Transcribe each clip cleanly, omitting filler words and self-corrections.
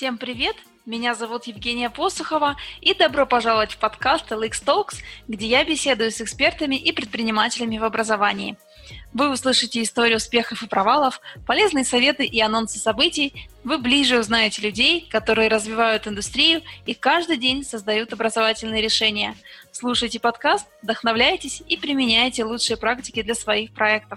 Всем привет! Меня зовут Евгения Посухова, и добро пожаловать в подкаст LX Talks, где я беседую с экспертами и предпринимателями в образовании. Вы услышите истории успехов и провалов, полезные советы и анонсы событий. Вы ближе узнаете людей, которые развивают индустрию и каждый день создают образовательные решения. Слушайте подкаст, вдохновляйтесь и применяйте лучшие практики для своих проектов.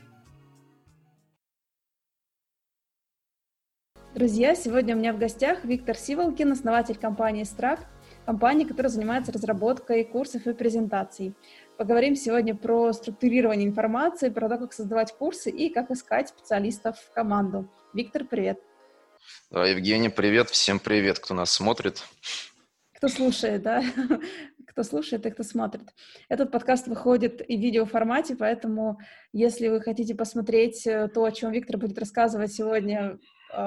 Друзья, сегодня у меня в гостях Виктор Сиволкин, основатель компании Страк, компании, которая занимается разработкой курсов и презентаций. Поговорим сегодня про структурирование информации, про то, как создавать курсы и как искать специалистов в команду. Виктор, привет. Да, Евгений, привет. Всем привет, кто нас смотрит. Кто слушает, да? Кто слушает и кто смотрит. Этот подкаст выходит и в видеоформате, поэтому если вы хотите посмотреть то, о чем Виктор будет рассказывать сегодня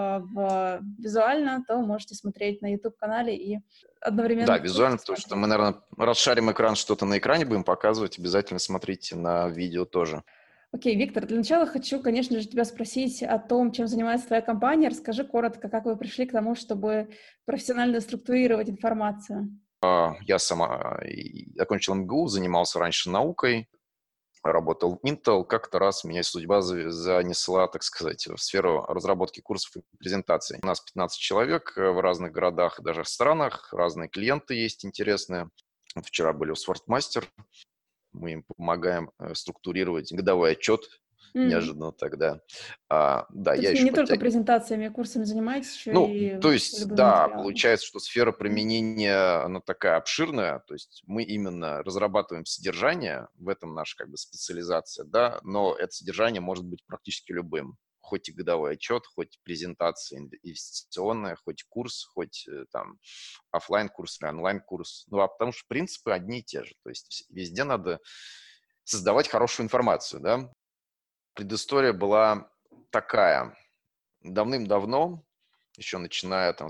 визуально, то можете смотреть на YouTube-канале и одновременно... Да, визуально, потому что мы, наверное, расшарим экран, что-то на экране будем показывать, обязательно смотрите на видео тоже. Окей, Виктор, для начала хочу, конечно же, тебя спросить о том, чем занимается твоя компания. Расскажи коротко, как вы пришли к тому, чтобы профессионально структурировать информацию. Я сама окончил МГУ, занимался раньше наукой, работал в Intel. Как-то раз меня судьба занесла, так сказать, в сферу разработки курсов и презентаций. У нас 15 человек в разных городах и даже странах, разные клиенты есть интересные. Вчера были у Swordmaster. Мы им помогаем структурировать годовой отчет, неожиданно тогда. Да, то я есть еще не только презентациями, курсами занимаетесь, еще и... То есть, да, получается, что сфера применения, она такая обширная, то есть мы именно разрабатываем содержание, в этом наша как бы специализация, да, но это содержание может быть практически любым. Хоть и годовой отчет, хоть презентация инвестиционная, хоть курс, хоть там офлайн-курс или онлайн-курс. Ну, а потому что принципы одни и те же. То есть везде надо создавать хорошую информацию, да. Предыстория была такая. Давным-давно, еще начиная там с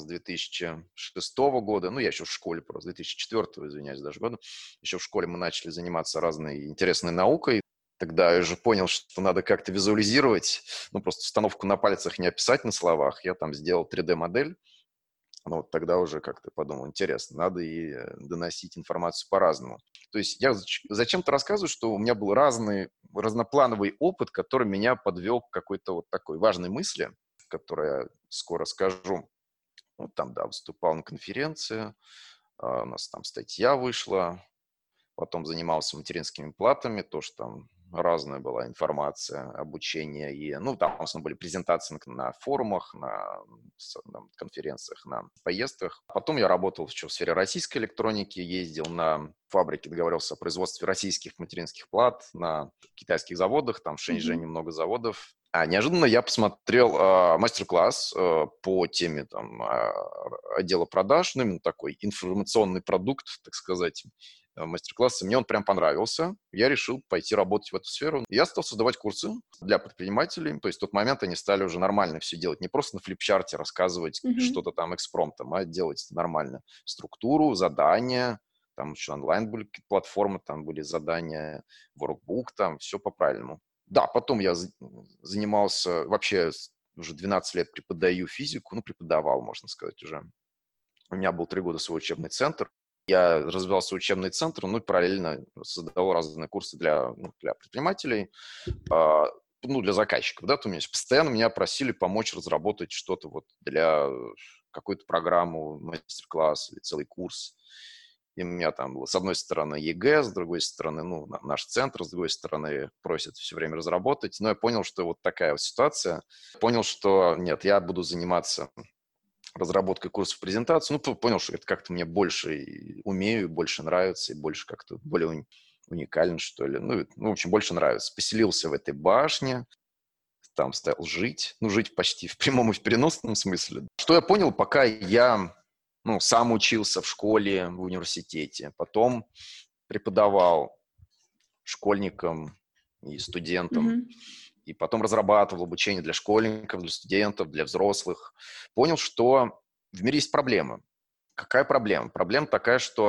2006 года, я еще в школе просто, 2004, извиняюсь, даже года, еще в школе мы начали заниматься разной интересной наукой. Тогда я уже понял, что надо как-то визуализировать, просто установку на пальцах не описать на словах. Я там сделал 3D-модель, вот тогда уже как-то подумал, интересно, надо и доносить информацию по-разному. То есть я зачем-то рассказываю, что у меня был разноплановый опыт, который меня подвел к какой-то вот такой важной мысли, которую я скоро скажу. Вот там, да, выступал на конференции, у нас там статья вышла, потом занимался материнскими платами, тоже там разная была информация, обучение. И, там, в основном, были презентации на форумах, на конференциях, на поездках. Потом я работал еще в сфере российской электроники, ездил на фабрики, договаривался о производстве российских материнских плат на китайских заводах, там в Шэньчжэне много заводов. Неожиданно я посмотрел мастер-класс по теме отдела продаж, именно такой информационный продукт, так сказать, мастер-класс, и мне он прям понравился. Я решил пойти работать в эту сферу. Я стал создавать курсы для предпринимателей. То есть в тот момент они стали уже нормально все делать. Не просто на флипчарте рассказывать что-то там экспромтом, а делать нормально. Структуру, задания, там еще онлайн были какие-то платформы, там были задания, workbook, там все по-правильному. Да, потом я занимался, вообще уже 12 лет преподаю физику, преподавал, можно сказать, уже. У меня был 3 года свой учебный центр. Я развивал свой учебный центр, и параллельно создавал разные курсы для предпринимателей, для заказчиков, да, то есть постоянно меня просили помочь разработать что-то вот для какую-то программу, мастер-класс или целый курс. И у меня там было, с одной стороны, ЕГЭ, с другой стороны, наш центр, с другой стороны, просят все время разработать. Но я понял, что вот такая вот ситуация. Понял, что нет, я буду заниматься разработкой курсов презентации. Понял, что это как-то мне больше умею, больше нравится, и больше как-то более уникально, что ли. В общем, больше нравится. Поселился в этой башне, там стал жить. Жить почти в прямом и в переносном смысле. Что я понял, пока я сам учился в школе, в университете, потом преподавал школьникам и студентам, и потом разрабатывал обучение для школьников, для студентов, для взрослых. Понял, что в мире есть проблема. Какая проблема? Проблема такая, что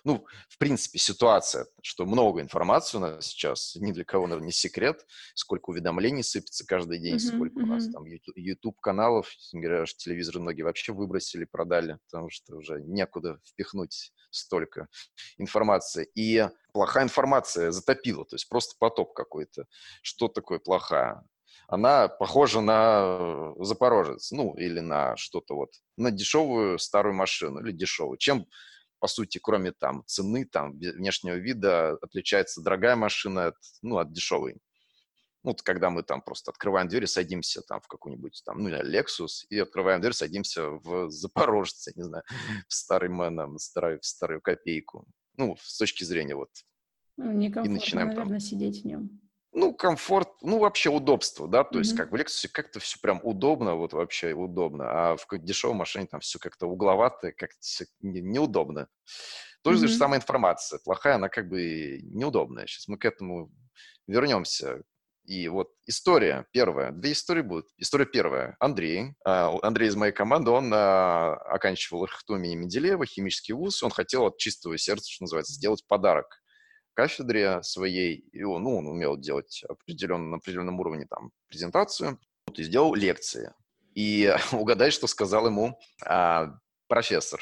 ну, в принципе, ситуация, что много информации у нас сейчас, ни для кого, наверное, не секрет, сколько уведомлений сыпется каждый день, Мгм, сколько у нас мгм. там YouTube-каналов, говоря, телевизоры многие вообще выбросили, продали, потому что уже некуда впихнуть столько информации. И плохая информация затопила, то есть просто потоп какой-то. Что такое плохая? Она похожа на Запорожец, ну, или на что-то вот, на дешевую старую машину, или дешевую. Чем, по сути, кроме там цены, там, внешнего вида, отличается дорогая машина от, ну, от дешевой? Ну, вот когда мы там просто открываем дверь и садимся там в какой-нибудь там, ну, Lexus, и открываем дверь, садимся в Запорожец, я не знаю, в старый Мэн, в старую копейку. Ну, с точки зрения вот, Ну, и некомфортно, начинаем там. наверное, сидеть в нем. Ну, комфорт, ну, вообще удобство, да, то есть Мгм. как в Lexus как-то все прям удобно, вот вообще удобно, а в какой-то дешевой машине там все как-то угловато, как-то всё неудобно. То же Мгм. самая информация, плохая, она как бы неудобная. Сейчас мы к этому вернемся. И вот история первая, две истории будут. История первая. Андрей, Андрей из моей команды, он оканчивал РХТУ имени Менделеева, химический вуз, он хотел от чистого сердца, что называется, сделать подарок кафедре своей, и он умел делать на определенном уровне там презентацию, вот, и сделал лекции. И угадай, что сказал ему профессор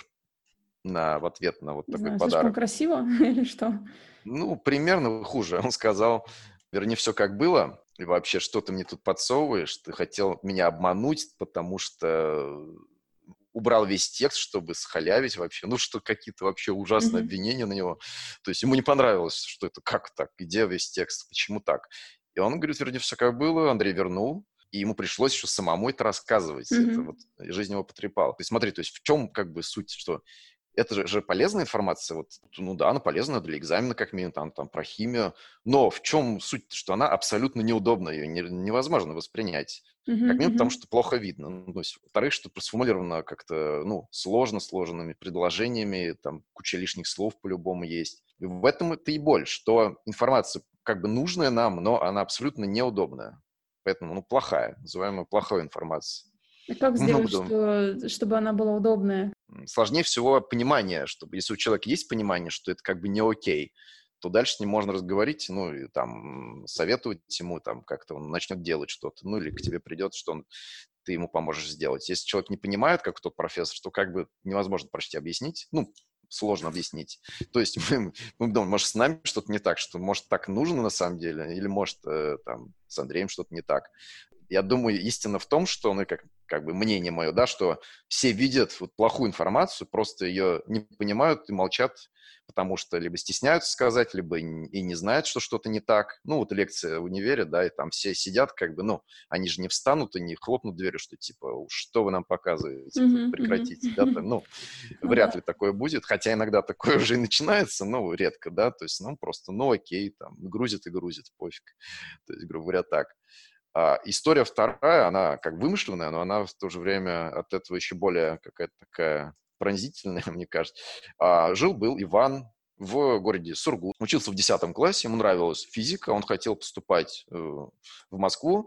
в ответ на вот Не такой знаю, слишком подарок. красиво или что? Ну, примерно хуже. Он сказал, верни все как было, и вообще, что ты мне тут подсовываешь, ты хотел меня обмануть, потому что убрал весь текст, чтобы схалявить вообще. Ну, что какие-то вообще ужасные Мгм. обвинения на него. То есть ему не понравилось, что это как так, где весь текст, почему так. И он говорит, верни все как было, Андрей вернул, и ему пришлось еще самому это рассказывать. Это Мгм. вот жизнь его потрепала. То есть смотри, то есть в чем как бы суть, что это же полезная информация, вот, ну да, она полезна для экзамена, как минимум, там про химию, но в чем суть, что она абсолютно неудобна, ее невозможно воспринять. Мгм. Как минимум, потому Мгм. что плохо видно. Ну, то есть, во-вторых, что сформулировано как-то, ну, сложно, сложенными предложениями, там, куча лишних слов по-любому есть. И в этом это и боль, что информация как бы нужная нам, но она абсолютно неудобная. Поэтому, ну, плохая, называемая плохой информацией. А как Ну, сделать, да. чтобы она была удобная? Сложнее всего понимание, чтобы если у человека есть понимание, что это как бы не окей, то дальше с ним можно разговорить, ну, и там советовать ему, там, как-то он начнет делать что-то, ну, или к тебе придет, что ты ему поможешь сделать. Если человек не понимает, как тот профессор, что как бы невозможно почти объяснить, ну, сложно объяснить. То есть мы думаем, может, с нами что-то не так, что, может, так нужно на самом деле, или, может, там, с Андреем что-то не так. Я думаю, истина в том, что, ну, как бы мнение мое, да, что все видят вот плохую информацию, просто ее не понимают и молчат, потому что либо стесняются сказать, либо и не знают, что что-то не так. Ну, вот лекция в универе, да, и там все сидят, как бы, ну, они же не встанут и не хлопнут дверью, что типа, что вы нам показываете, Мгм. Мгм. прекратите, да, там, ну, Ну да. вряд ли такое будет, хотя иногда такое уже и начинается, но редко, да, то есть, ну, просто, ну, окей, там, грузит и грузит, пофиг, то есть, грубо говоря, так. История вторая, она как вымышленная, но она в то же время от этого еще более какая-то такая пронзительная, мне кажется. Жил-был Иван в городе Сургут. Учился в 10 классе, ему нравилась физика, он хотел поступать в Москву.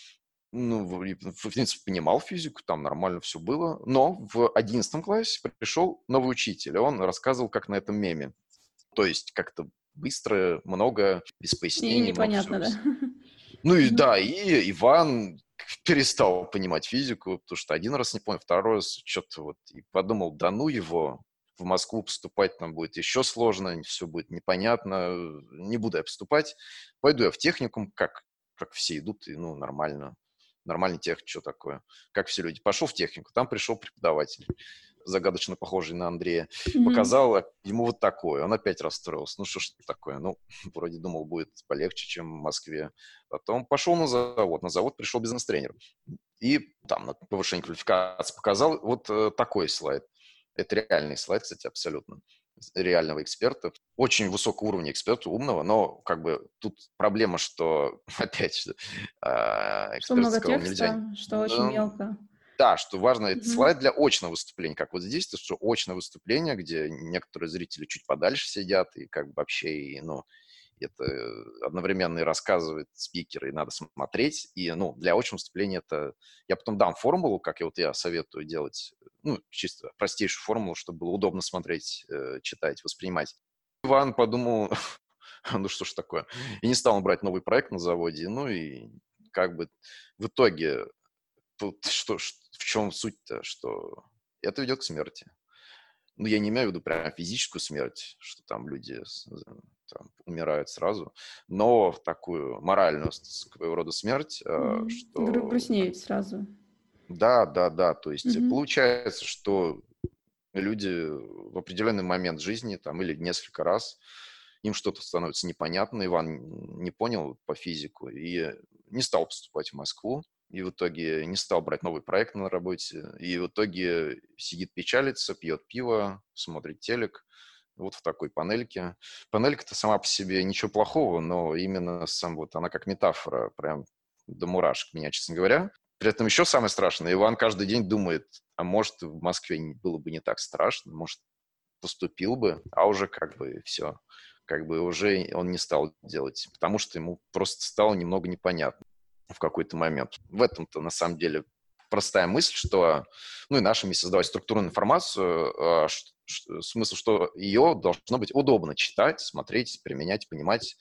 Ну, в принципе, понимал физику, там нормально все было. Но в 11 классе пришел новый учитель, и он рассказывал, как на этом меме. То есть как-то быстро, много, без И пояснений, много всего. непонятно, да? Ну и Мгм. да, и Иван перестал понимать физику, потому что один раз не понял, второй раз что-то вот и подумал, да ну его, в Москву поступать там будет еще сложно, все будет непонятно, не буду я поступать, пойду я в техникум, как все идут, и ну нормально, нормальный тех, что такое, как все люди. Пошел в технику, там пришел преподаватель, загадочно похожий на Андрея, Мгм. показал ему вот такое. Он опять расстроился. Ну, что ж такое? Ну, вроде думал, будет полегче, чем в Москве. Потом пошел на завод. На завод пришел бизнес-тренер. И там на повышение квалификации показал вот такой слайд. Это реальный слайд, кстати, абсолютно. Реального эксперта. Очень высокого уровня эксперта, умного, но как бы тут проблема, что, опять же, Что эксперт много сказал, нельзя. текста, что очень мелко. Да, что важно, это Мгм. слайд для очного выступления, как вот здесь, то что очное выступление, где некоторые зрители чуть подальше сидят, и как бы вообще, и, ну, это одновременно и рассказывает спикер, и надо смотреть, и, ну, для очного выступления это... Я потом дам формулу, как я советую делать, ну, чисто простейшую формулу, чтобы было удобно смотреть, читать, воспринимать. Иван подумал, ну что ж такое, и не стал брать новый проект на заводе. Ну и как бы в итоге тут в чем суть-то, что это ведет к смерти. Ну, я не имею в виду прям физическую смерть, что там люди там умирают сразу, но в такую моральную своего рода смерть, что Грустнеет сразу. да, да, да, то есть Мгм. получается, что люди в определенный момент жизни там или несколько раз им что-то становится непонятно, Иван не понял по физику и не стал поступать в Москву, и в итоге не стал брать новый проект на работе, и в итоге сидит, печалится, пьет пиво, смотрит телек, вот в такой панельке. Панелька-то сама по себе ничего плохого, но именно сам вот она как метафора, прям до мурашек меня, честно говоря. При этом еще самое страшное, Иван каждый день думает, а может, в Москве было бы не так страшно, может, поступил бы, а уже как бы все, как бы уже он не стал делать, потому что ему просто стало немного непонятно в какой-то момент. В этом-то на самом деле простая мысль, что, ну и нашими создавать структурную информацию, смысл, что ее должно быть удобно читать, смотреть, применять, понимать.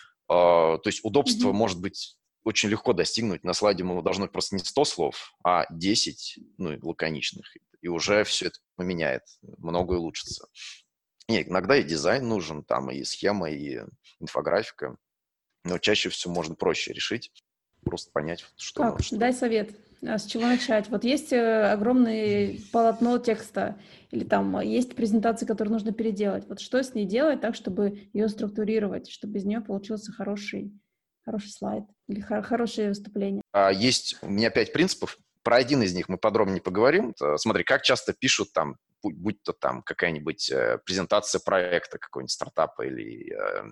То есть удобство Мгм. может быть очень легко достигнуть. На слайде должно быть просто не 100 слов, а 10, ну, лаконичных. И уже все это поменяет, многое улучшится. Нет, иногда и дизайн нужен, там и схема, и инфографика, но чаще всего можно проще решить, просто понять, что, Как? что. Дай совет. С чего начать? Вот есть огромное полотно текста, или там есть презентация, которую нужно переделать. Вот что с ней делать так, чтобы ее структурировать, чтобы из нее получился хороший слайд или хорошее выступление? Есть у меня 5 принципов. Про один из них мы подробнее поговорим. Смотри, как часто пишут там, будь то там какая-нибудь презентация проекта какой-нибудь стартапа или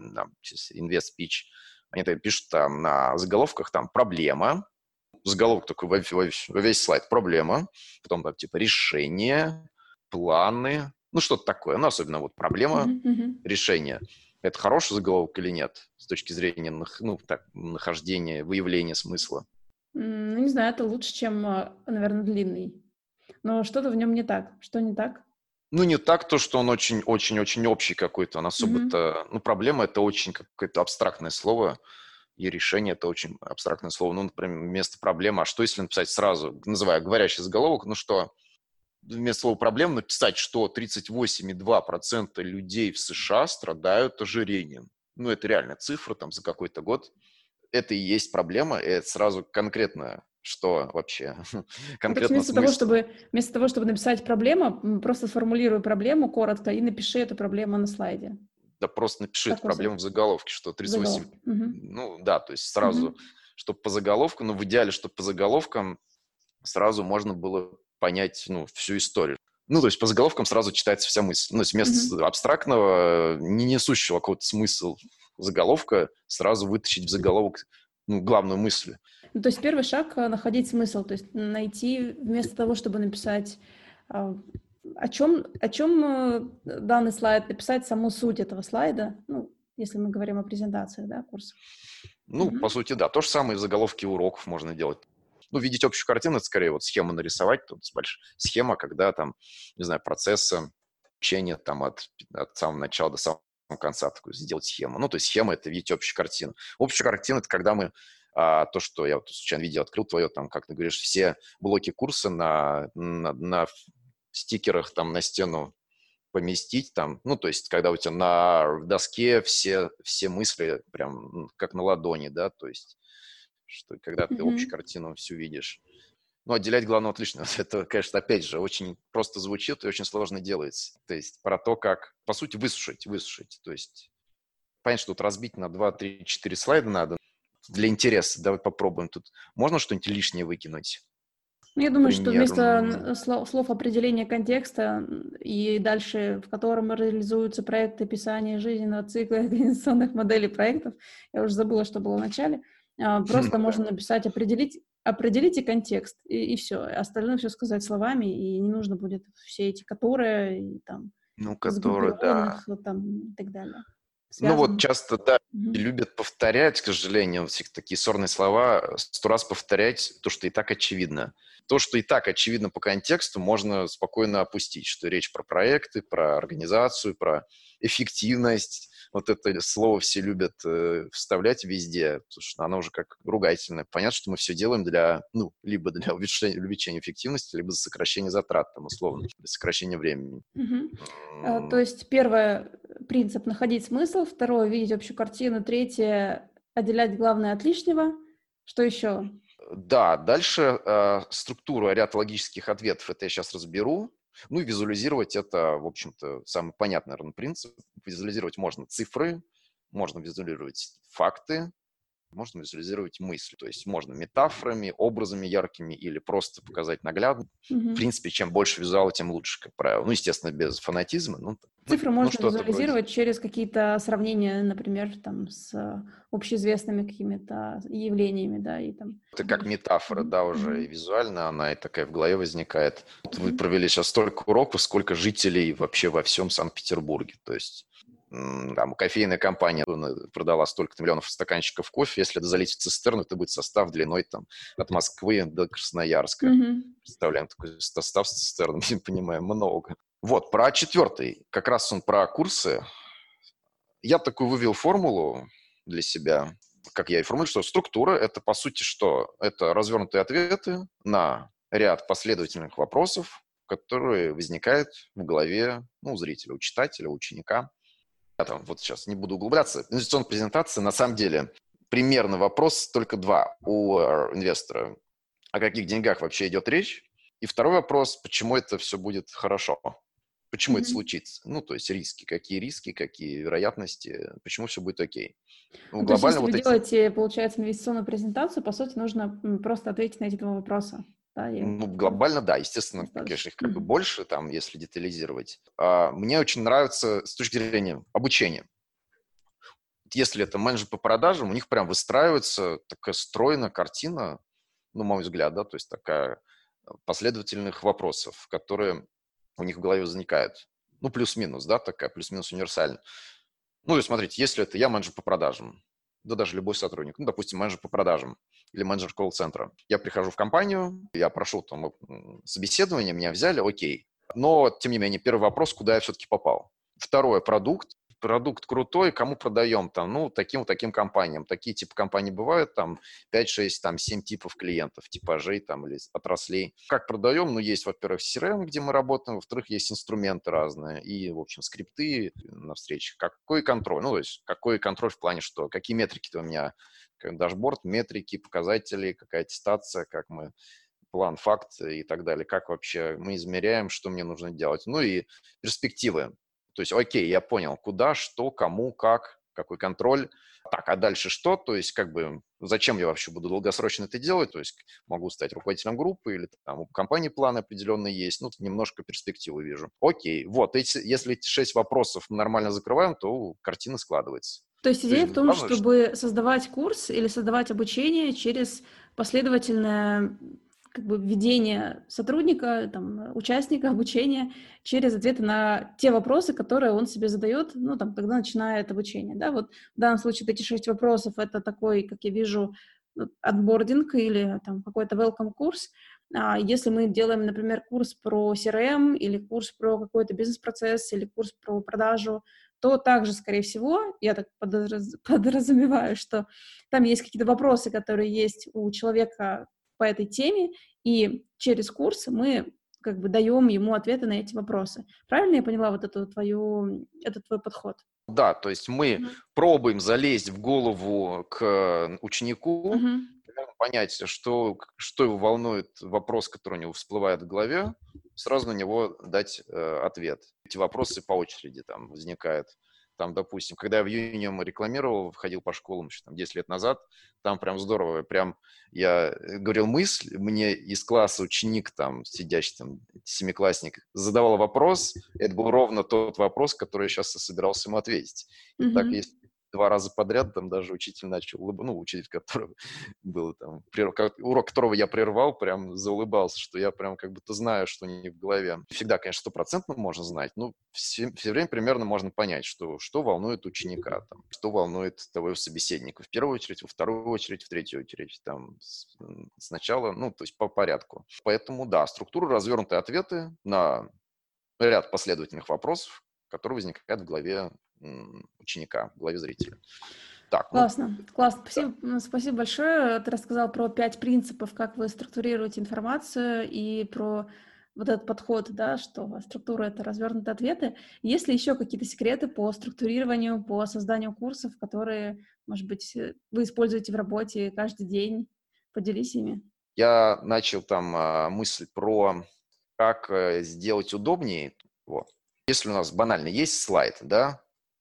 инвест-пич, они так пишут там на заголовках там «проблема», заголовок такой во весь слайд «проблема», потом там типа «решение», «планы», ну что-то такое. Ну, особенно вот «проблема», Мгм, мгм. «решение». Это хороший заголовок или нет с точки зрения ну, так, нахождения, выявления смысла? Ну, не знаю, это лучше, чем, наверное, длинный. Но что-то в нем не так. Что не так? Ну, не так то, что он очень-очень-очень общий какой-то, он Мгм. особо-то... Ну, проблема — это очень какое-то абстрактное слово, и решение — это очень абстрактное слово. Ну, например, вместо проблемы, а что если написать сразу, называя говорящий заголовок, ну что, вместо слова «проблема» написать, что 38,2% людей в США страдают ожирением. Ну, это реальная цифра там за какой-то год. Это и есть проблема, и это сразу конкретно, что вообще, Ну, то есть конкретно смысл. вместо того, чтобы написать проблему, просто сформулируй проблему коротко и напиши эту проблему на слайде. Да просто напиши эту Такой проблему в заголовке, что в 38... заголовке. Мгм. Ну, да, то есть сразу, Мгм. чтобы по заголовку, но в идеале, чтобы по заголовкам сразу можно было понять, ну, всю историю. Ну, то есть по заголовкам сразу читается вся мысль. Ну, то есть Мгм. вместо абстрактного, не несущего какого-то смысла заголовка сразу вытащить в заголовок, ну, главную мысль. Ну, то есть первый шаг — находить смысл, то есть найти вместо того, чтобы написать, а, о чем данный слайд, написать саму суть этого слайда, ну, если мы говорим о презентациях, да, курсов. Ну, по Мгм. сути, да. То же самое в заголовке уроков можно делать. Ну, видеть общую картину — это скорее вот схему нарисовать. Тут схема, когда там, не знаю, процесса учения там от самого начала до самого конца такую сделать схему. Ну, то есть схема — это видеть общую картину. Общая картина — это когда мы то, что я вот случайно видео открыл твое, там, как ты говоришь, все блоки курса на стикерах там на стену поместить там, ну, то есть, когда у тебя на доске все мысли прям как на ладони, да, то есть, что когда ты общую Мгм. картину всю видишь. Ну, отделять главное от лишнего. Это, конечно, опять же, очень просто звучит и очень сложно делается. То есть, про то, как, по сути, высушить. То есть, понятно, что тут разбить на 2, 3, 4 слайда надо. Для интереса, давай попробуем тут. Можно что-нибудь лишнее выкинуть? Ну, я думаю, что Например, вместо слов определения контекста и дальше, в котором реализуются проекты описания жизненного цикла организационных моделей проектов, я уже забыла, что было в начале, просто ну да. можно написать определите контекст, и все. Остальное все сказать словами, и не нужно будет все эти которые, и там, Ну, который, да. сгруппированных, вот там, и так далее. Ну вот связан. часто, да, Мгм. любят повторять, к сожалению, все такие сорные слова, 100 раз повторять то, что и так очевидно. То, что и так очевидно по контексту, можно спокойно опустить, что речь про проекты, про организацию, про эффективность. Вот это слово все любят вставлять везде, потому что оно уже как ругательное. Понятно, что мы все делаем для, ну, либо для увеличения эффективности, либо за сокращение затрат, там, условно, для сокращения времени. Мгм. То есть первое — принцип — находить смысл, второе — видеть общую картину, третье — отделять главное от лишнего. Что еще? Да, дальше структуру, ряд логических ответов, это я сейчас разберу. Ну и визуализировать это, в общем-то, самый понятный, наверное, принцип. Визуализировать можно цифры, можно визуализировать факты, можно визуализировать мысли. То есть можно метафорами, образами яркими или просто показать наглядно. В Мгм. принципе, чем больше визуала, тем лучше, как правило. Ну, естественно, без фанатизма. Цифры Ну можно что-то вроде. визуализировать через какие-то сравнения, например, там, с общеизвестными какими-то явлениями, да, и там Это как дальше. метафора, Мгм. да, уже и Мгм. визуально она и такая в голове возникает. Вот вы Мгм. провели сейчас столько уроков, сколько жителей вообще во всем Санкт-Петербурге. То есть там кофейная компания продала столько-то миллионов стаканчиков кофе. Если это залить в цистерну, это будет состав длиной там от Москвы до Красноярска. Мгм. Представляем такой состав с цистерном, понимаем, много. Вот, про четвертый. Как раз он про курсы. Я такую вывел формулу для себя, как я и формулирую, что структура — это, по сути, что? Это развернутые ответы на ряд последовательных вопросов, которые возникают в голове, ну, у зрителя, у читателя, у ученика. Я там вот сейчас не буду углубляться. Инвестиционная презентация, на самом деле, примерно вопрос только два у инвестора. О каких деньгах вообще идет речь? И второй вопрос, почему это все будет хорошо? Почему это Мгм. случится? Ну, то есть риски, какие вероятности, почему все будет окей. Ну, Ну, то есть, глобально если вы вот эти, делаете, получается, инвестиционную презентацию, по сути, нужно просто ответить на эти два вопроса. Да, и ну, глобально, да, естественно, конечно, достаточно. их как бы Мгм. больше, там, если детализировать. Мне очень нравится с точки зрения обучения. Если это менеджер по продажам, у них прям выстраивается такая стройная картина, ну, на мой взгляд, да, то есть такая последовательных вопросов, которые у них в голове возникают. Ну, плюс-минус, да, такая плюс-минус универсальная. Ну, и смотрите, если это я менеджер по продажам, да даже любой сотрудник, ну, допустим, менеджер по продажам или менеджер колл-центра, я прихожу в компанию, я прошел там собеседование, меня взяли, окей. Но, тем не менее, первый вопрос, куда я все-таки попал. Второе, продукт. Продукт крутой, кому продаем там, ну, таким компаниям. Такие типы компаний бывают, там, 5, 6, там, 7 типов клиентов, типажей там или отраслей. Как продаем? Ну, есть, во-первых, CRM, где мы работаем, во-вторых, есть инструменты разные и, в общем, скрипты на встречах. Какой контроль? Ну, то есть, какой контроль в плане, что какие метрики-то у меня, как дашборд, метрики, показатели, какая аттестация, как мы план, факт и так далее, как вообще мы измеряем, что мне нужно делать. Ну и перспективы. То есть, окей, я понял, куда, что, кому, как, какой контроль. Так, а дальше что? То есть, как бы, зачем я вообще буду долгосрочно это делать? То есть, могу стать руководителем группы или там у компании планы определенные есть. Ну, немножко перспективы вижу. Окей, вот, если эти 6 вопросов мы нормально закрываем, то картина складывается. То есть То идея есть, в том, главное, что... чтобы создавать курс или создавать обучение через последовательное как бы введение сотрудника, там, участника обучения через ответы на те вопросы, которые он себе задает, ну, там, когда начинает обучение, да, вот в данном случае вот эти 6 вопросов — это такой, как я вижу, онбординг или там какой-то welcome курс. Если мы делаем, например, курс про CRM или курс про какой-то бизнес-процесс или курс про продажу, то также, скорее всего, я так подразумеваю, что там есть какие-то вопросы, которые есть у человека по этой теме, и через курс мы как бы даем ему ответы на эти вопросы. Правильно я поняла вот этот твой подход? Да, то есть мы Мгм. пробуем залезть в голову к ученику, Мгм. примерно понять, что его волнует, вопрос, который у него всплывает в голове, сразу на него дать ответ. Эти вопросы по очереди там возникают. Там, допустим, когда я в Юниум рекламировал, ходил по школам еще там 10 лет назад, там прям здорово, прям я говорил мысль, мне из класса ученик там, сидящий там, семиклассник, задавал вопрос, это был ровно тот вопрос, который я сейчас собирался ему ответить. И так Мгм. есть 2 раза подряд, там даже учитель начал улыбаться, учитель, который был там, урок которого я прервал, прям заулыбался, что я прям как будто знаю, что не в голове. Всегда, конечно, стопроцентно можно знать, но все время примерно можно понять, что волнует ученика, там, что волнует того собеседника. В первую очередь, во вторую очередь, в третью очередь, там, сначала, то есть по порядку. Поэтому, да, структура, развернутые ответы на ряд последовательных вопросов, которые возникают в голове ученика, в голове зрителя. Так, классно. Да. Спасибо большое. Ты рассказал про 5 принципов, как вы структурируете информацию, и про вот этот подход, да, что структура — это развернутые ответы. Есть ли еще какие-то секреты по структурированию, по созданию курсов, которые, может быть, вы используете в работе каждый день? Поделись ими. Я начал там мысль про как сделать удобнее. Вот. Если у нас банально есть слайд, да,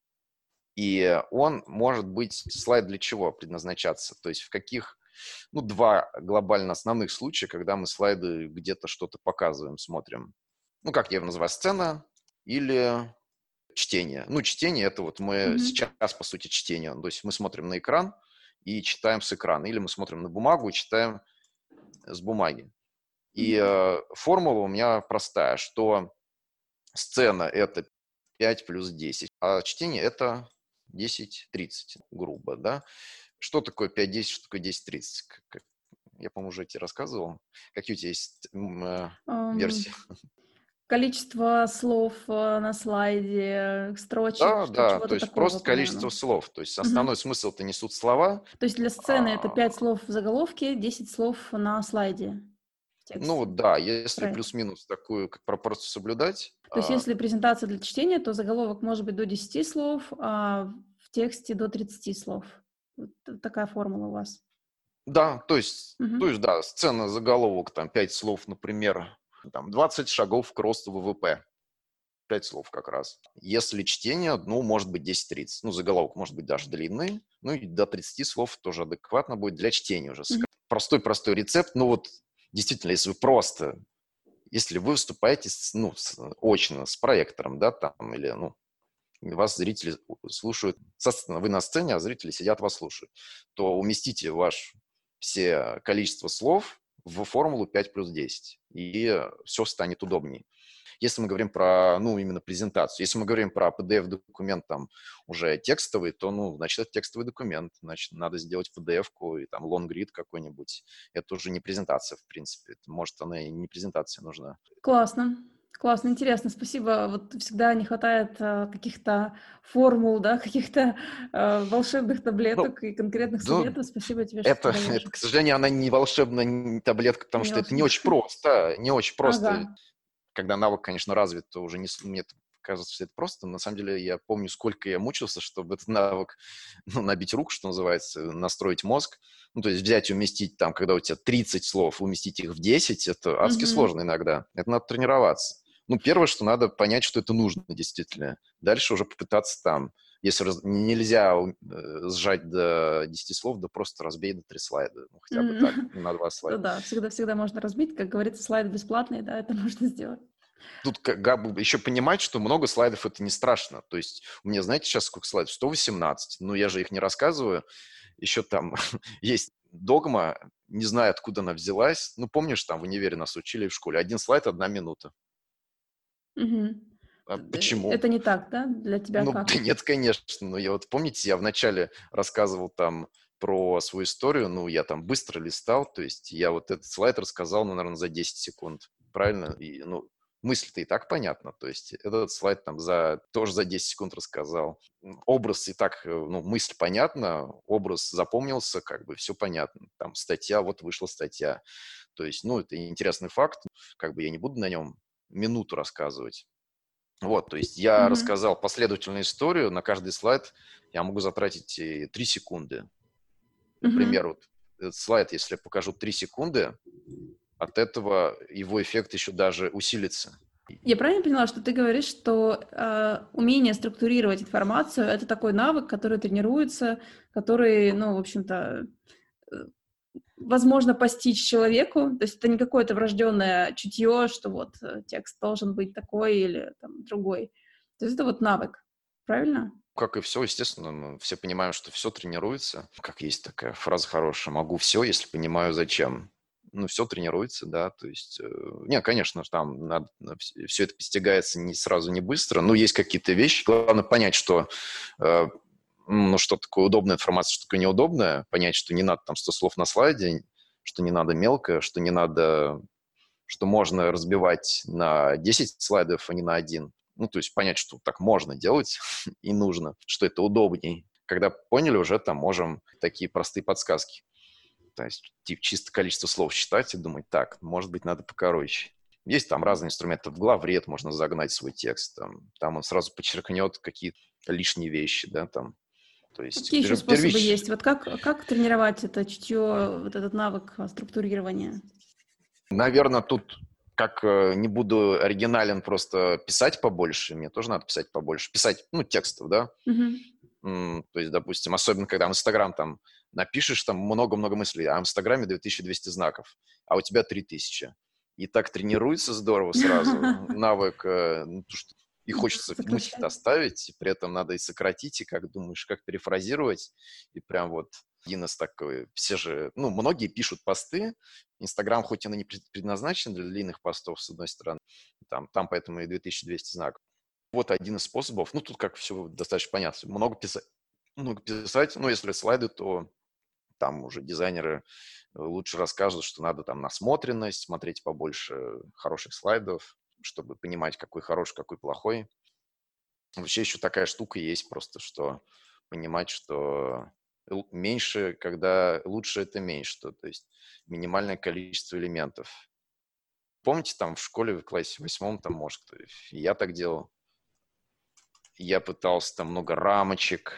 и он может быть, слайд для чего предназначаться? То есть в каких, 2 глобально основных случая, когда мы слайды где-то что-то показываем, смотрим. Как я его называю, сцена или чтение. Чтение — это вот мы сейчас, по сути, чтение. То есть мы смотрим на экран и читаем с экрана. Или мы смотрим на бумагу и читаем с бумаги. И формула у меня простая, что сцена — это 5 плюс 10, а чтение — это 10-30, грубо, да. Что такое 5-10, что такое 10-30? Я, по-моему, уже тебе рассказывал. Какие у тебя есть версии? Количество слов на слайде, строчек, Да, чего-то то есть такого, просто количество по-моему. слов. То есть основной смысл-то несут слова. То есть для сцены это 5 слов в заголовке, 10 слов на слайде в тексте. Да, если Правильно. плюс-минус такую пропорцию соблюдать. То есть если презентация для чтения, то заголовок может быть до 10 слов, а в тексте до 30 слов. Вот такая формула у вас. Да, то есть, да, сцена, заголовок, там, 5 слов, например, там, 20 шагов к росту ВВП. 5 слов как раз. Если чтение, может быть 10-30. Заголовок может быть даже длинный, и до 30 слов тоже адекватно будет для чтения уже. Простой рецепт, действительно, если вы выступаете, очно с проектором, да, там, или, вас зрители слушают, вы на сцене, а зрители сидят, вас слушают, то уместите все количество слов в формулу 5 плюс 10, и все станет удобнее. Если мы говорим про, именно презентацию, если мы говорим про PDF-документ там уже текстовый, то, значит, это текстовый документ, значит, надо сделать PDF-ку и там long-read какой-нибудь. Это уже не презентация, в принципе. Может, она и не презентация нужна. Классно. Классно, интересно, спасибо. Вот всегда не хватает каких-то формул, да, каких-то волшебных таблеток и конкретных советов. Спасибо тебе, что ты даешь. Это, к сожалению, она не волшебная таблетка, потому что это не очень просто. Не очень просто. Ага. Когда навык, конечно, развит, то уже мне кажется, что это просто. На самом деле я помню, сколько я мучился, чтобы этот навык, набить руку, что называется, настроить мозг. То есть взять и уместить там, когда у тебя 30 слов, уместить их в 10, это адски сложно иногда. Это надо тренироваться. Первое, что надо понять, что это нужно действительно. Дальше уже попытаться там, если нельзя сжать до 10 слов, да просто разбей до 3 слайда. Хотя бы так, на 2 слайда. Да, всегда можно разбить. Как говорится, слайд бесплатный, да, это можно сделать. Тут еще понимать, что много слайдов — это не страшно. То есть у меня, знаете, сейчас сколько слайдов? 118. Я же их не рассказываю. Еще там есть догма, не знаю, откуда она взялась. Помнишь, там в универе нас учили в школе? 1 слайд — 1 минута. А почему? Это не так, да? Для тебя как? Нет, конечно. Я помните, я вначале рассказывал там про свою историю, я там быстро листал, то есть я вот этот слайд рассказал, наверное, за 10 секунд. Правильно? И, мысль-то и так понятна, то есть этот слайд там тоже за 10 секунд рассказал. Образ и так, мысль понятна, образ запомнился, как бы все понятно. Там статья, вот вышла статья. То есть, это интересный факт, как бы я не буду на нем минуту рассказывать. То есть я рассказал последовательную историю, на каждый слайд я могу затратить 3 секунды. Например, вот этот слайд, если я покажу 3 секунды, от этого его эффект еще даже усилится. Я правильно поняла, что ты говоришь, что умение структурировать информацию — это такой навык, который тренируется, который, в общем-то, возможно постичь человеку, то есть это не какое-то врожденное чутье, что текст должен быть такой или там другой. То есть это навык, правильно? Как и все, естественно, мы все понимаем, что все тренируется. Как есть такая фраза хорошая: «Могу все, если понимаю, зачем». Ну, все тренируется, да, то есть... Не, конечно, там все это постигается не сразу, не быстро, но есть какие-то вещи. Главное понять, что ну, что такое удобная информация, что такое неудобная, понять, что не надо там 100 слов на слайде, что не надо мелко, что не надо, что можно разбивать на 10 слайдов, а не на один. Ну, то есть понять, что так можно делать и нужно, что это удобней. Когда поняли, уже там можем такие простые подсказки. То есть чисто количество слов считать и думать, так, может быть, надо покороче. Есть там разные инструменты. В главред можно загнать свой текст. Там он сразу подчеркнет какие-то лишние вещи, да, там. То есть Какие еще способы есть? Вот как тренировать это чутье, вот этот навык структурирования? Наверное, тут как не буду оригинален, просто писать побольше. Мне тоже надо писать побольше. Писать, ну, текстов, да. То есть, допустим, особенно когда в Инстаграм там напишешь там много-много мыслей, а в Инстаграме 2200 знаков, а у тебя 3000. И так тренируется здорово сразу навык, что и хочется мысль оставить, и при этом надо и сократить, и как думаешь, как перефразировать, и прям вот один из такой, все же, ну, многие пишут посты, Инстаграм хоть и не предназначен для длинных постов, с одной стороны, там поэтому и 2200 знаков. Вот один из способов, ну, тут как все достаточно понятно, много писать, ну, если слайды, то там уже дизайнеры лучше расскажут, что надо там насмотренность, смотреть побольше хороших слайдов, чтобы понимать, какой хороший, какой плохой. Вообще еще такая штука есть просто, что понимать, что меньше, когда лучше это меньше, то есть минимальное количество элементов. Помните, там в школе в классе 8, там, может, я так делал. Я пытался там много рамочек,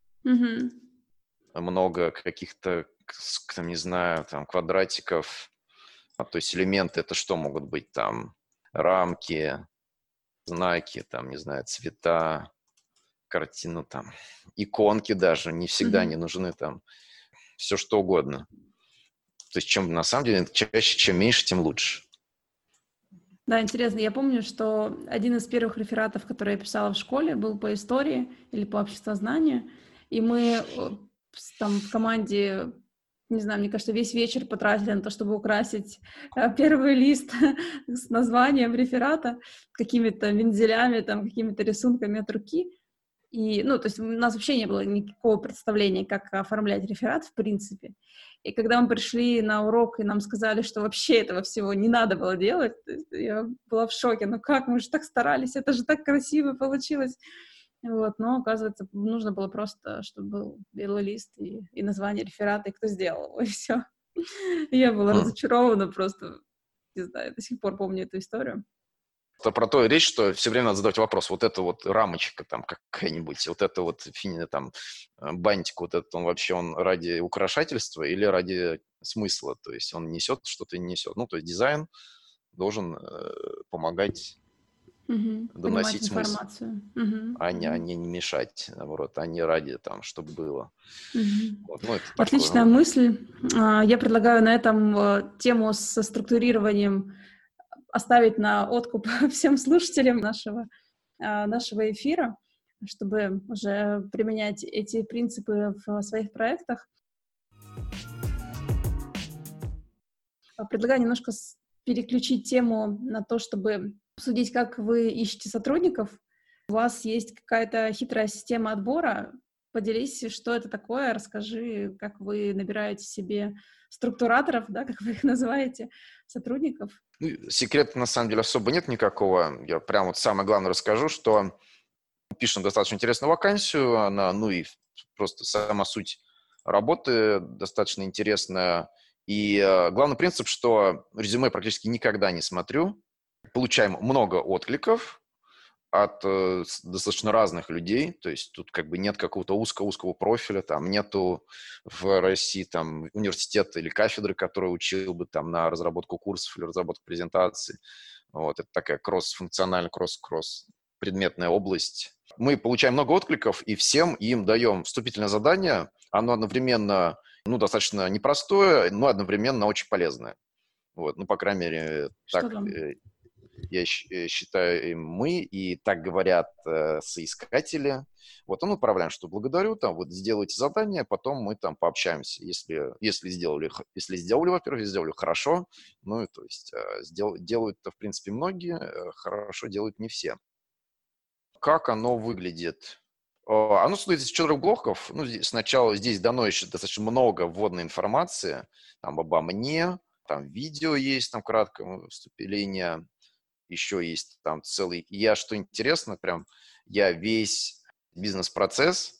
много каких-то, там, не знаю, там, квадратиков. То есть элементы — это что могут быть? Там рамки, знаки, там, не знаю, цвета, картину, там, иконки даже не всегда не нужны, там, все что угодно. То есть чем, на самом деле, чаще, чем меньше, тем лучше. Да, интересно. Я помню, что один из первых рефератов, который я писала в школе, был по истории или по обществознанию. И мы там в команде, не знаю, мне кажется, весь вечер потратили на то, чтобы украсить первый лист с названием реферата, какими-то вензелями, там, какими-то рисунками от руки. И, ну, то есть у нас вообще не было никакого представления, как оформлять реферат, в принципе. И когда мы пришли на урок, и нам сказали, что вообще этого всего не надо было делать, я была в шоке. Ну как, мы же так старались, это же так красиво получилось. Вот, но, оказывается, нужно было просто, чтобы был белый лист и название реферата, и кто сделал его, и все. Я была разочарована просто, не знаю, до сих пор помню эту историю. Это про то и речь, что все время надо задавать вопрос, вот эта вот рамочка там какая-нибудь, вот это вот там бантик, вот этот, он ради украшательства или ради смысла, то есть он несет что-то, не несет. Ну, то есть дизайн должен помогать доносить смысл, а не мешать, наоборот, а не ради там, чтобы было. Вот, ну, Отличная мысль. Я предлагаю на этом тему со структурированием оставить на откуп всем слушателям нашего эфира, чтобы уже применять эти принципы в своих проектах. Предлагаю немножко переключить тему на то, чтобы обсудить, как вы ищете сотрудников. У вас есть какая-то хитрая система отбора? Поделись, что это такое, расскажи, как вы набираете себе структураторов, да, как вы их называете, сотрудников. Секрета, на самом деле, особо нет никакого. Я прям вот самое главное расскажу, что пишем достаточно интересную вакансию, она, ну и просто сама суть работы достаточно интересная. И главный принцип, что резюме практически никогда не смотрю. Получаем много откликов от достаточно разных людей, то есть тут как бы нет какого-то узкого профиля, там нету в России там университета или кафедры, которая учил бы там на разработку курсов или разработку презентаций. Вот, это такая кросс-функциональная, кросс-предметная область. Мы получаем много откликов и всем им даем вступительное задание. Оно одновременно, ну, достаточно непростое, но одновременно очень полезное. Вот, ну, по крайней мере, что так. Там? считаю, мы, и так говорят соискатели. Вот, мы отправляем, что благодарю, там, вот сделайте задание, потом мы там пообщаемся. Если сделали, во-первых, сделали хорошо, ну, и, то есть делают-то, в принципе, многие, хорошо делают не все. Как оно выглядит? Оно состоит из 4 блоков. Ну, сначала здесь дано еще достаточно много вводной информации, там, обо мне, там, видео есть, там, краткое вступление, еще есть там целый... что интересно, прям, я весь бизнес-процесс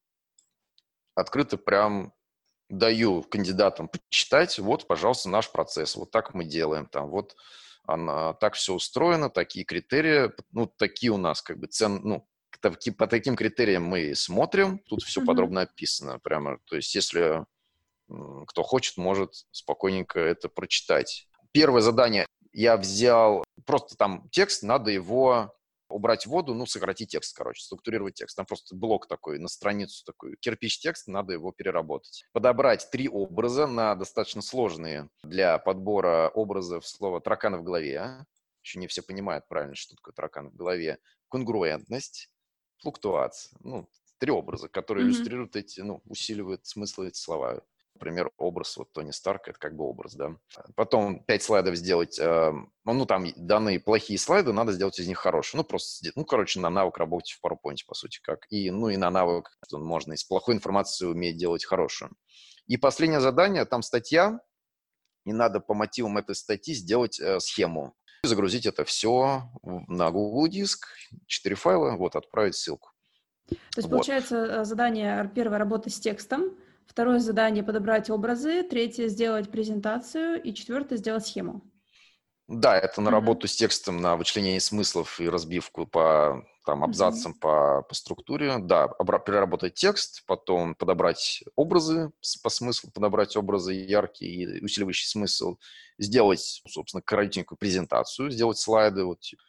открыто прям даю кандидатам почитать, вот, пожалуйста, наш процесс, вот так мы делаем, там, вот так все устроено, такие критерии, ну, такие у нас как бы по таким критериям мы смотрим, тут все подробно описано, прямо, то есть если кто хочет, может спокойненько это прочитать. Первое задание я взял, просто там текст, надо его убрать в воду, сократить текст, структурировать текст. Там просто блок такой, на страницу такой, кирпич текст, надо его переработать. Подобрать 3 образа на достаточно сложные для подбора образов слова «тараканы в голове». Еще не все понимают правильно, что такое таракан в голове. Конгруентность, флуктуация. 3 образа, которые иллюстрируют усиливают смысл этих слова. Например, образ Тони Старка, это как бы образ, да. Потом 5 слайдов сделать, там данные плохие слайды, надо сделать из них хорошие. На навык работать в PowerPoint, по сути, как. И на навык, что можно из плохой информации уметь делать хорошую. И последнее задание, там статья, и надо по мотивам этой статьи сделать схему. Загрузить это все на Google Диск, 4 файла, отправить ссылку. То есть, получается, задание первое — работа с текстом, второе задание — подобрать образы, третье — сделать презентацию, и четвертое — сделать схему. Да, это на работу с текстом, на вычленение смыслов и разбивку по абзацам по структуре. Да, переработать текст, потом подобрать образы, по смыслу подобрать образы яркие и усиливающий смысл, сделать, собственно, коротенькую презентацию, сделать слайды,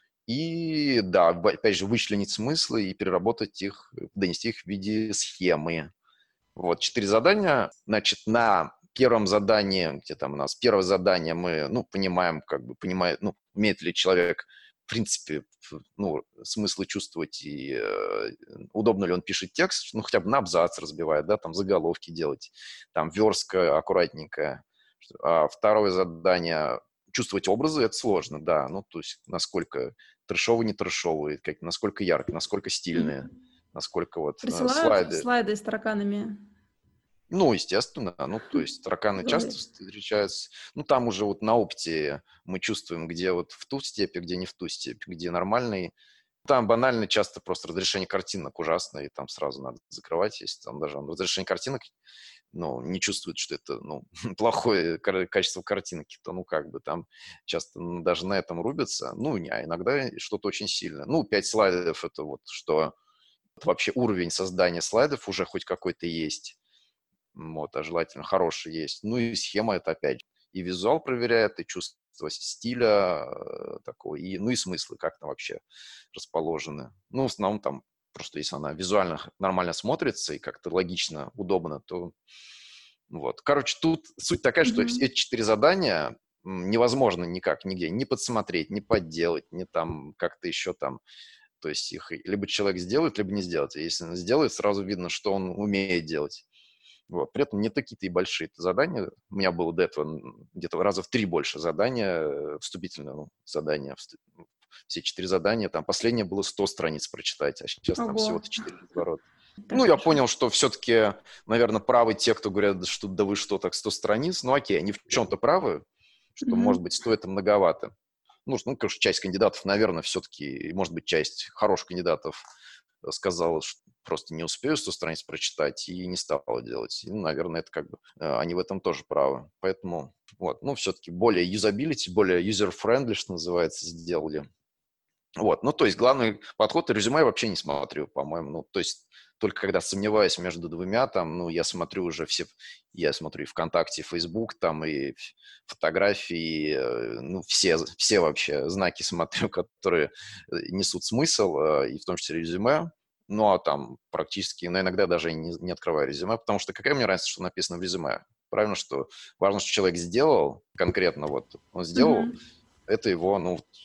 и, да, опять же, вычленить смыслы и переработать их, донести их в виде схемы. 4 задания. Значит, на первом задании, где там у нас первое задание, мы, понимаем, умеет ли человек, в принципе, смыслы чувствовать и удобно ли он пишет текст, хотя бы на абзац разбивает, да, там заголовки делать, там верстка аккуратненькая. А второе задание — чувствовать образы — это сложно, да, то есть насколько трэшовые, не трэшовые, насколько яркие, насколько стильные, насколько Присылают слайды с тараканами? Естественно, то есть тараканы часто встречаются. Там уже на опыте мы чувствуем, где в ту степь, где не в ту степь, где нормальный. Там банально часто просто разрешение картинок ужасное, и там сразу надо закрывать, если там даже разрешение картинок, не чувствует, что это, плохое качество картинки, то, там часто даже на этом рубятся. А иногда что-то очень сильное. 5 слайдов — это что вообще уровень создания слайдов уже хоть какой-то есть. А желательно хороший есть. И схема — это опять же и визуал проверяет, и чувство стиля такого, и смыслы, как там вообще расположены. В основном там просто если она визуально нормально смотрится и как-то логично, удобно, то тут суть такая, что эти 4 задания невозможно никак, нигде не подсмотреть, не подделать, не там как-то еще там. То есть их либо человек сделает, либо не сделает. И если он сделает, сразу видно, что он умеет делать. При этом не такие-то и большие задания. У меня было до этого где-то раза в 3 больше задания, вступительного задания. Все 4 задания. Там последнее было 100 страниц прочитать, а сейчас там всего-то 4 разворота. Я понял, что все-таки, наверное, правы те, кто говорят, что да вы что, так 100 страниц. Окей, они в чем-то правы, что, может быть, 100 это многовато. Конечно, часть кандидатов, наверное, все-таки, может быть, часть хороших кандидатов сказала, что просто не успею 100 страниц прочитать, и не стала делать. И, наверное, это они в этом тоже правы. Поэтому, все-таки более юзабилити, более user-friendly, что называется, сделали. То есть главный подход — резюме я вообще не смотрю, по-моему. То есть только когда сомневаюсь между двумя, я смотрю уже я смотрю и ВКонтакте, и Facebook, и фотографии, все вообще знаки смотрю, которые несут смысл, и в том числе резюме. Там практически, иногда даже не открываю резюме, потому что какая мне разница, что написано в резюме? Правильно, что важно, что человек сделал конкретно, он сделал, это его,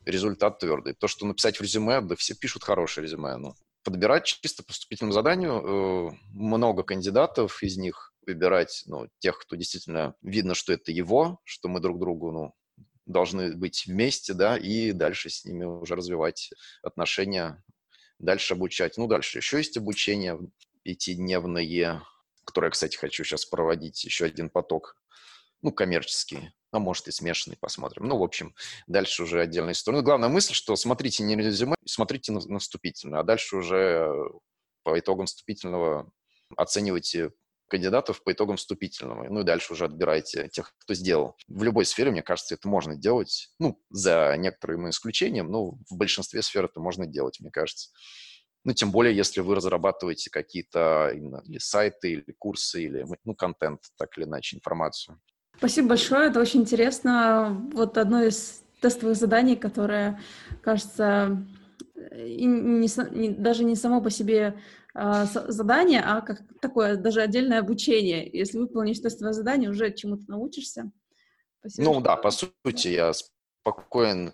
результат твердый. То, что написать в резюме, да все пишут хорошее резюме. Ну, подбирать чисто по вступительному заданию, много кандидатов, из них выбирать, ну, тех, кто действительно видно, что это его, что мы друг другу, ну, должны быть вместе, да, и дальше с ними уже развивать отношения, дальше обучать. Ну, дальше еще есть обучение пятидневное, которое, кстати, хочу сейчас проводить, еще один поток, ну, коммерческий, а может и смешанный, посмотрим. Ну, в общем, дальше уже отдельная история. Ну, главная мысль, что смотрите не резюме, смотрите на вступительное, а дальше уже по итогам вступительного оценивайте кандидатов по итогам вступительного. Ну и дальше уже отбирайте тех, кто сделал. В любой сфере, мне кажется, это можно делать. Ну, за некоторым исключением, но в большинстве сфер это можно делать, мне кажется. Ну, тем более, если вы разрабатываете какие-то именно или сайты, или курсы, или, ну, контент, так или иначе, информацию. Спасибо большое, это очень интересно. Вот одно из тестовых заданий, которое, кажется, даже не само по себе задание, а как такое даже отдельное обучение. Если выполнишь тестовое задание, уже чему-то научишься. Спасибо, Ну да, по сути, я спокоен,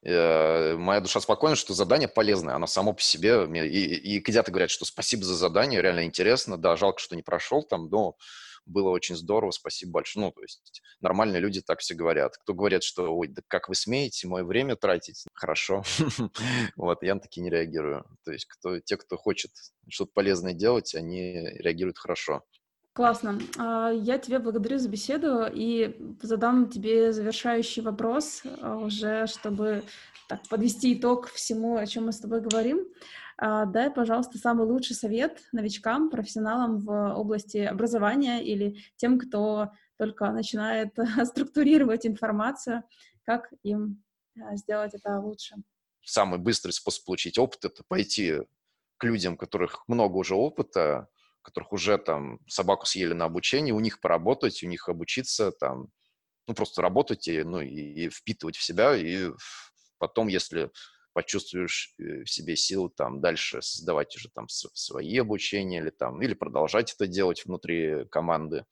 моя душа спокойна, что задание полезное, оно само по себе. И кандидаты говорят, что спасибо за задание, реально интересно, да, жалко, что не прошел там, но было очень здорово, спасибо большое. Ну, то есть нормальные люди так все говорят. Кто говорит, что, ой, да как вы смеете мое время тратить? Хорошо. Вот, я на такие не реагирую. То есть те, кто хочет что-то полезное делать, они реагируют хорошо. Классно. Я тебя благодарю за беседу и задам тебе завершающий вопрос уже, чтобы так подвести итог всему, о чем мы с тобой говорим. Дай, пожалуйста, самый лучший совет новичкам, профессионалам в области образования или тем, кто только начинает структурировать информацию, как им сделать это лучше. Самый быстрый способ получить опыт – это пойти к людям, у которых много уже опыта, которых уже там собаку съели на обучение, у них поработать, у них обучиться, там, ну, просто работать и впитывать в себя, и потом, если почувствуешь в себе силы, там, дальше создавать уже там свои обучения или продолжать это делать внутри команды.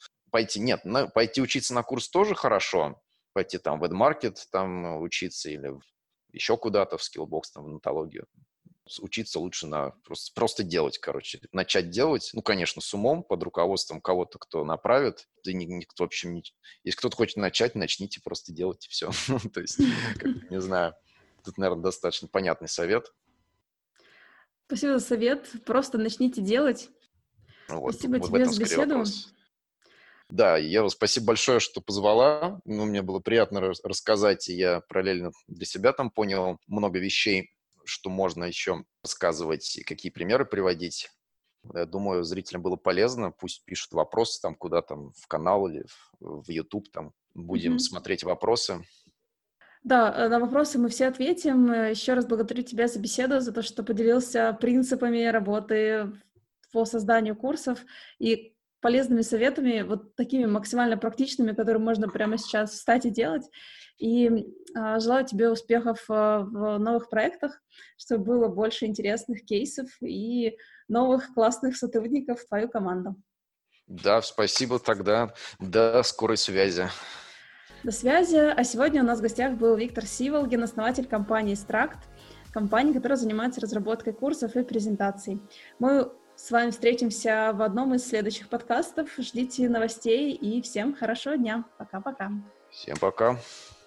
Пойти учиться на курс тоже хорошо, пойти там в AdMarket там учиться или еще куда-то в Skillbox, там, в онтологию. Учиться лучше просто делать, короче. Начать делать, ну, конечно, с умом, под руководством кого-то, кто направит. Да никто, в общем, если кто-то хочет начать, начните просто делать, и все. То есть, не знаю, тут, наверное, достаточно понятный совет. Спасибо за совет. Просто начните делать. Спасибо тебе за беседу. Да, Ева, спасибо большое, что позвала. Ну, мне было приятно рассказать, и я параллельно для себя там понял много вещей, что можно еще рассказывать и какие примеры приводить. Я думаю, зрителям было полезно. Пусть пишут вопросы там куда там в канал или в YouTube. Там будем смотреть вопросы. Да, на вопросы мы все ответим. Еще раз благодарю тебя за беседу, за то, что поделился принципами работы по созданию курсов и полезными советами, вот такими максимально практичными, которые можно прямо сейчас встать и делать. И желаю тебе успехов в новых проектах, чтобы было больше интересных кейсов и новых классных сотрудников в твою команду. Да, спасибо тогда. До скорой связи. До связи. А сегодня у нас в гостях был Виктор Сиволгин, основатель компании Struct, компании, которая занимается разработкой курсов и презентаций. Мы с вами встретимся в одном из следующих подкастов. Ждите новостей и всем хорошего дня. Пока-пока. Всем пока.